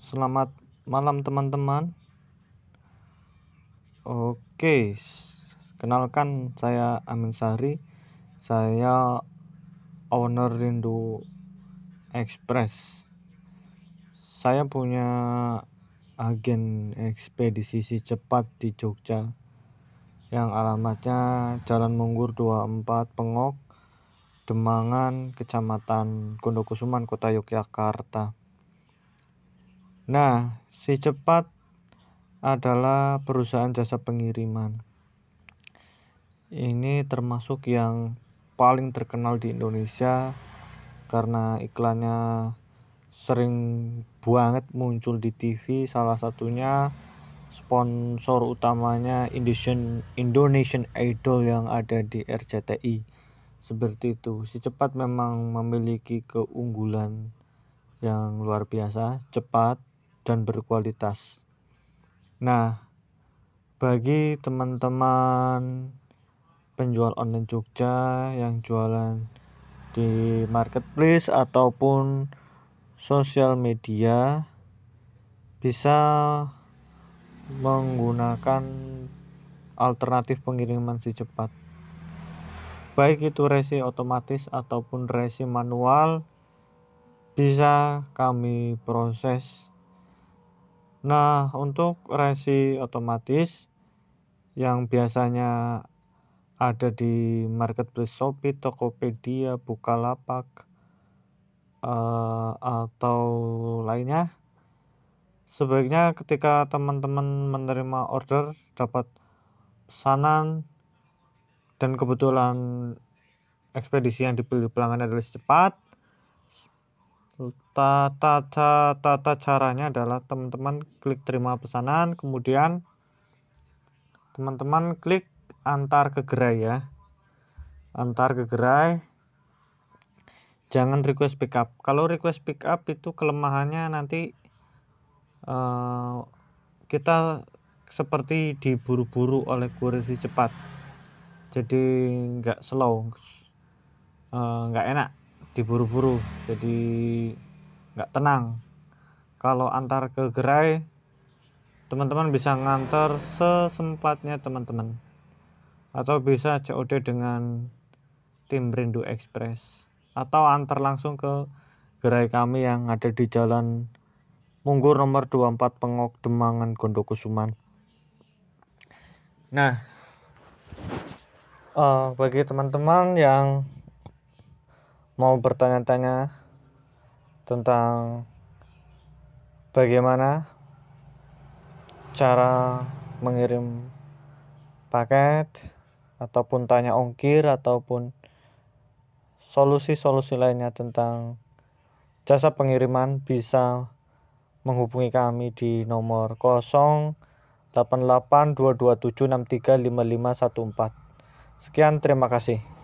Selamat malam teman-teman. Oke, kenalkan saya Amin Sari. Saya owner Rindu Express. Saya punya agen ekspedisi cepat di Jogja yang alamatnya Jalan Munggur 24 Pengok, Demangan, Kecamatan Gondokusuman, Kota Yogyakarta. Nah, si cepat adalah perusahaan jasa pengiriman. Ini termasuk yang paling terkenal di Indonesia karena iklannya sering banget muncul di TV. Salah satunya sponsor utamanya Indonesian Idol yang ada di RCTI. Seperti itu. Si cepat memang memiliki keunggulan yang luar biasa, cepat dan berkualitas. Nah, bagi teman-teman penjual online Jogja yang jualan di marketplace ataupun sosial media, bisa menggunakan alternatif pengiriman si cepat, baik itu resi otomatis ataupun resi manual, bisa kami proses. Nah, untuk resi otomatis yang biasanya ada di marketplace Shopee, Tokopedia, Bukalapak, atau lainnya, sebaiknya ketika teman-teman menerima order, dapat pesanan, dan kebetulan ekspedisi yang dipilih pelanggan adalah cepat, tata caranya adalah teman-teman klik terima pesanan, kemudian teman-teman klik antar ke gerai ya. Antar ke gerai. Jangan request pick up. Kalau request pick up itu kelemahannya nanti kita seperti diburu-buru oleh kurir si cepat. Jadi nggak slow, nggak enak, diburu-buru. Jadi nggak tenang. Kalau antar ke gerai, teman-teman bisa ngantar sesempatnya teman-teman, atau bisa COD dengan tim Rindu Express, atau antar langsung ke gerai kami yang ada di Jalan Munggur nomor 24 Pengok, Demangan, Gondokusuman. Nah, bagi teman-teman yang mau bertanya-tanya tentang bagaimana cara mengirim paket, ataupun tanya ongkir, ataupun solusi-solusi lainnya tentang jasa pengiriman, bisa menghubungi kami di nomor 088227635514. Sekian, terima kasih.